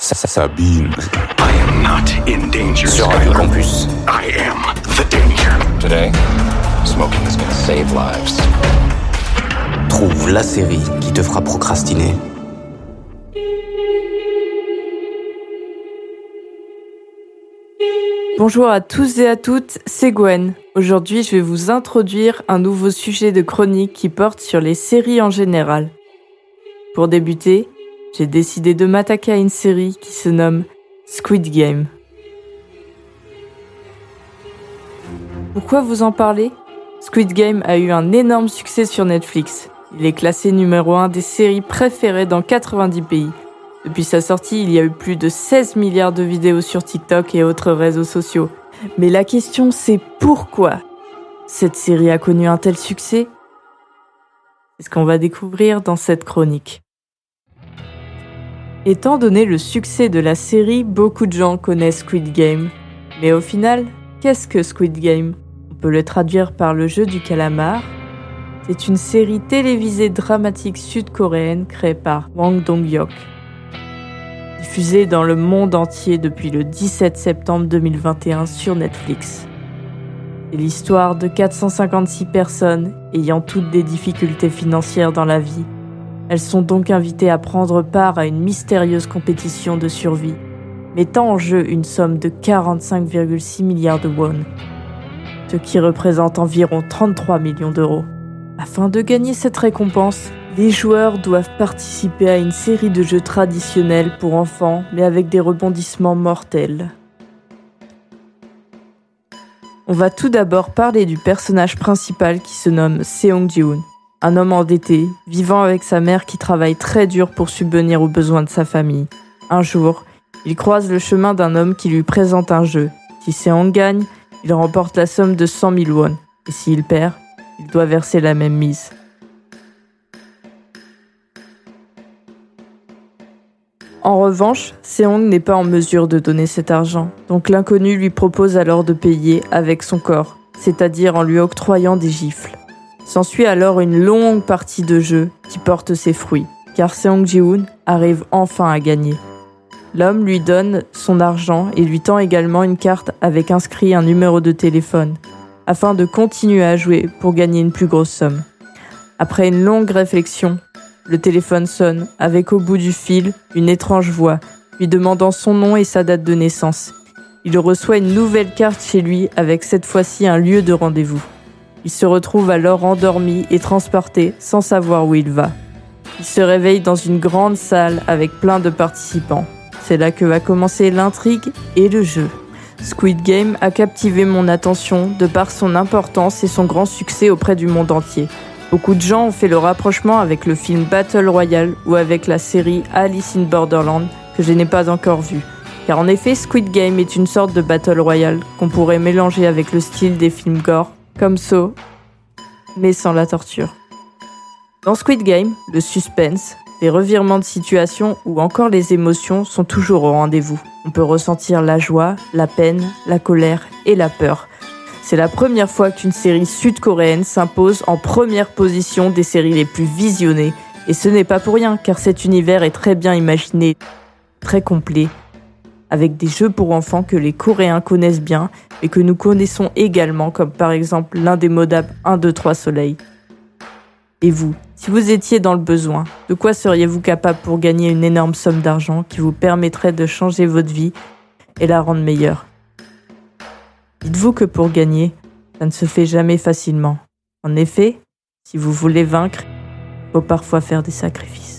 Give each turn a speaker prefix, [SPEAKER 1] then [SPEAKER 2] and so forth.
[SPEAKER 1] Sabine.
[SPEAKER 2] I am not in danger.
[SPEAKER 3] Sur Radio Campus.
[SPEAKER 2] I am the danger.
[SPEAKER 3] Today, smoking is gonna save lives.
[SPEAKER 4] Trouve la série qui te fera procrastiner.
[SPEAKER 5] Bonjour à tous et à toutes, c'est Gwen. Aujourd'hui, je vais vous introduire un nouveau sujet de chronique qui porte sur les séries en général. Pour débuter, j'ai décidé de m'attaquer à une série qui se nomme Squid Game. Pourquoi vous en parler ? Squid Game a eu un énorme succès sur Netflix. Il est classé numéro 1 des séries préférées dans 90 pays. Depuis sa sortie, il y a eu plus de 16 milliards de vidéos sur TikTok et autres réseaux sociaux. Mais la question c'est pourquoi cette série a connu un tel succès ? C'est ce qu'on va découvrir dans cette chronique. Étant donné le succès de la série, beaucoup de gens connaissent Squid Game. Mais au final, qu'est-ce que Squid Game ? On peut le traduire par le jeu du calamar. C'est une série télévisée dramatique sud-coréenne créée par Hwang Dong-hyuk. Diffusée dans le monde entier depuis le 17 septembre 2021 sur Netflix. C'est l'histoire de 456 personnes ayant toutes des difficultés financières dans la vie. Elles sont donc invitées à prendre part à une mystérieuse compétition de survie, mettant en jeu une somme de 45,6 milliards de won, ce qui représente environ 33 millions d'euros. Afin de gagner cette récompense, les joueurs doivent participer à une série de jeux traditionnels pour enfants, mais avec des rebondissements mortels. On va tout d'abord parler du personnage principal qui se nomme Seong-ji-hoon, un homme endetté, vivant avec sa mère qui travaille très dur pour subvenir aux besoins de sa famille. Un jour, il croise le chemin d'un homme qui lui présente un jeu. Si Seong gagne, il remporte la somme de 100 000 won, et s'il perd, il doit verser la même mise. En revanche, Seong n'est pas en mesure de donner cet argent, donc l'inconnu lui propose alors de payer avec son corps, c'est-à-dire en lui octroyant des gifles. S'ensuit alors une longue partie de jeu qui porte ses fruits, car Seong-ji-hoon arrive enfin à gagner. L'homme lui donne son argent et lui tend également une carte avec inscrit un numéro de téléphone, afin de continuer à jouer pour gagner une plus grosse somme. Après une longue réflexion, le téléphone sonne, avec au bout du fil une étrange voix, lui demandant son nom et sa date de naissance. Il reçoit une nouvelle carte chez lui, avec cette fois-ci un lieu de rendez-vous. Il se retrouve alors endormi et transporté, sans savoir où il va. Il se réveille dans une grande salle avec plein de participants. C'est là que va commencer l'intrigue et le jeu. Squid Game a captivé mon attention de par son importance et son grand succès auprès du monde entier. Beaucoup de gens ont fait le rapprochement avec le film Battle Royale ou avec la série Alice in Borderland que je n'ai pas encore vue. Car en effet, Squid Game est une sorte de Battle Royale qu'on pourrait mélanger avec le style des films gore, comme Saw, mais sans la torture. Dans Squid Game, le suspense, les revirements de situation ou encore les émotions sont toujours au rendez-vous. On peut ressentir la joie, la peine, la colère et la peur. C'est la première fois qu'une série sud-coréenne s'impose en première position des séries les plus visionnées. Et ce n'est pas pour rien, car cet univers est très bien imaginé, très complet, avec des jeux pour enfants que les Coréens connaissent bien et que nous connaissons également, comme par exemple l'indémodable 1, 2, 3 Soleil. Et vous, si vous étiez dans le besoin, de quoi seriez-vous capable pour gagner une énorme somme d'argent qui vous permettrait de changer votre vie et la rendre meilleure ? Dites-vous que pour gagner, ça ne se fait jamais facilement. En effet, si vous voulez vaincre, il faut parfois faire des sacrifices.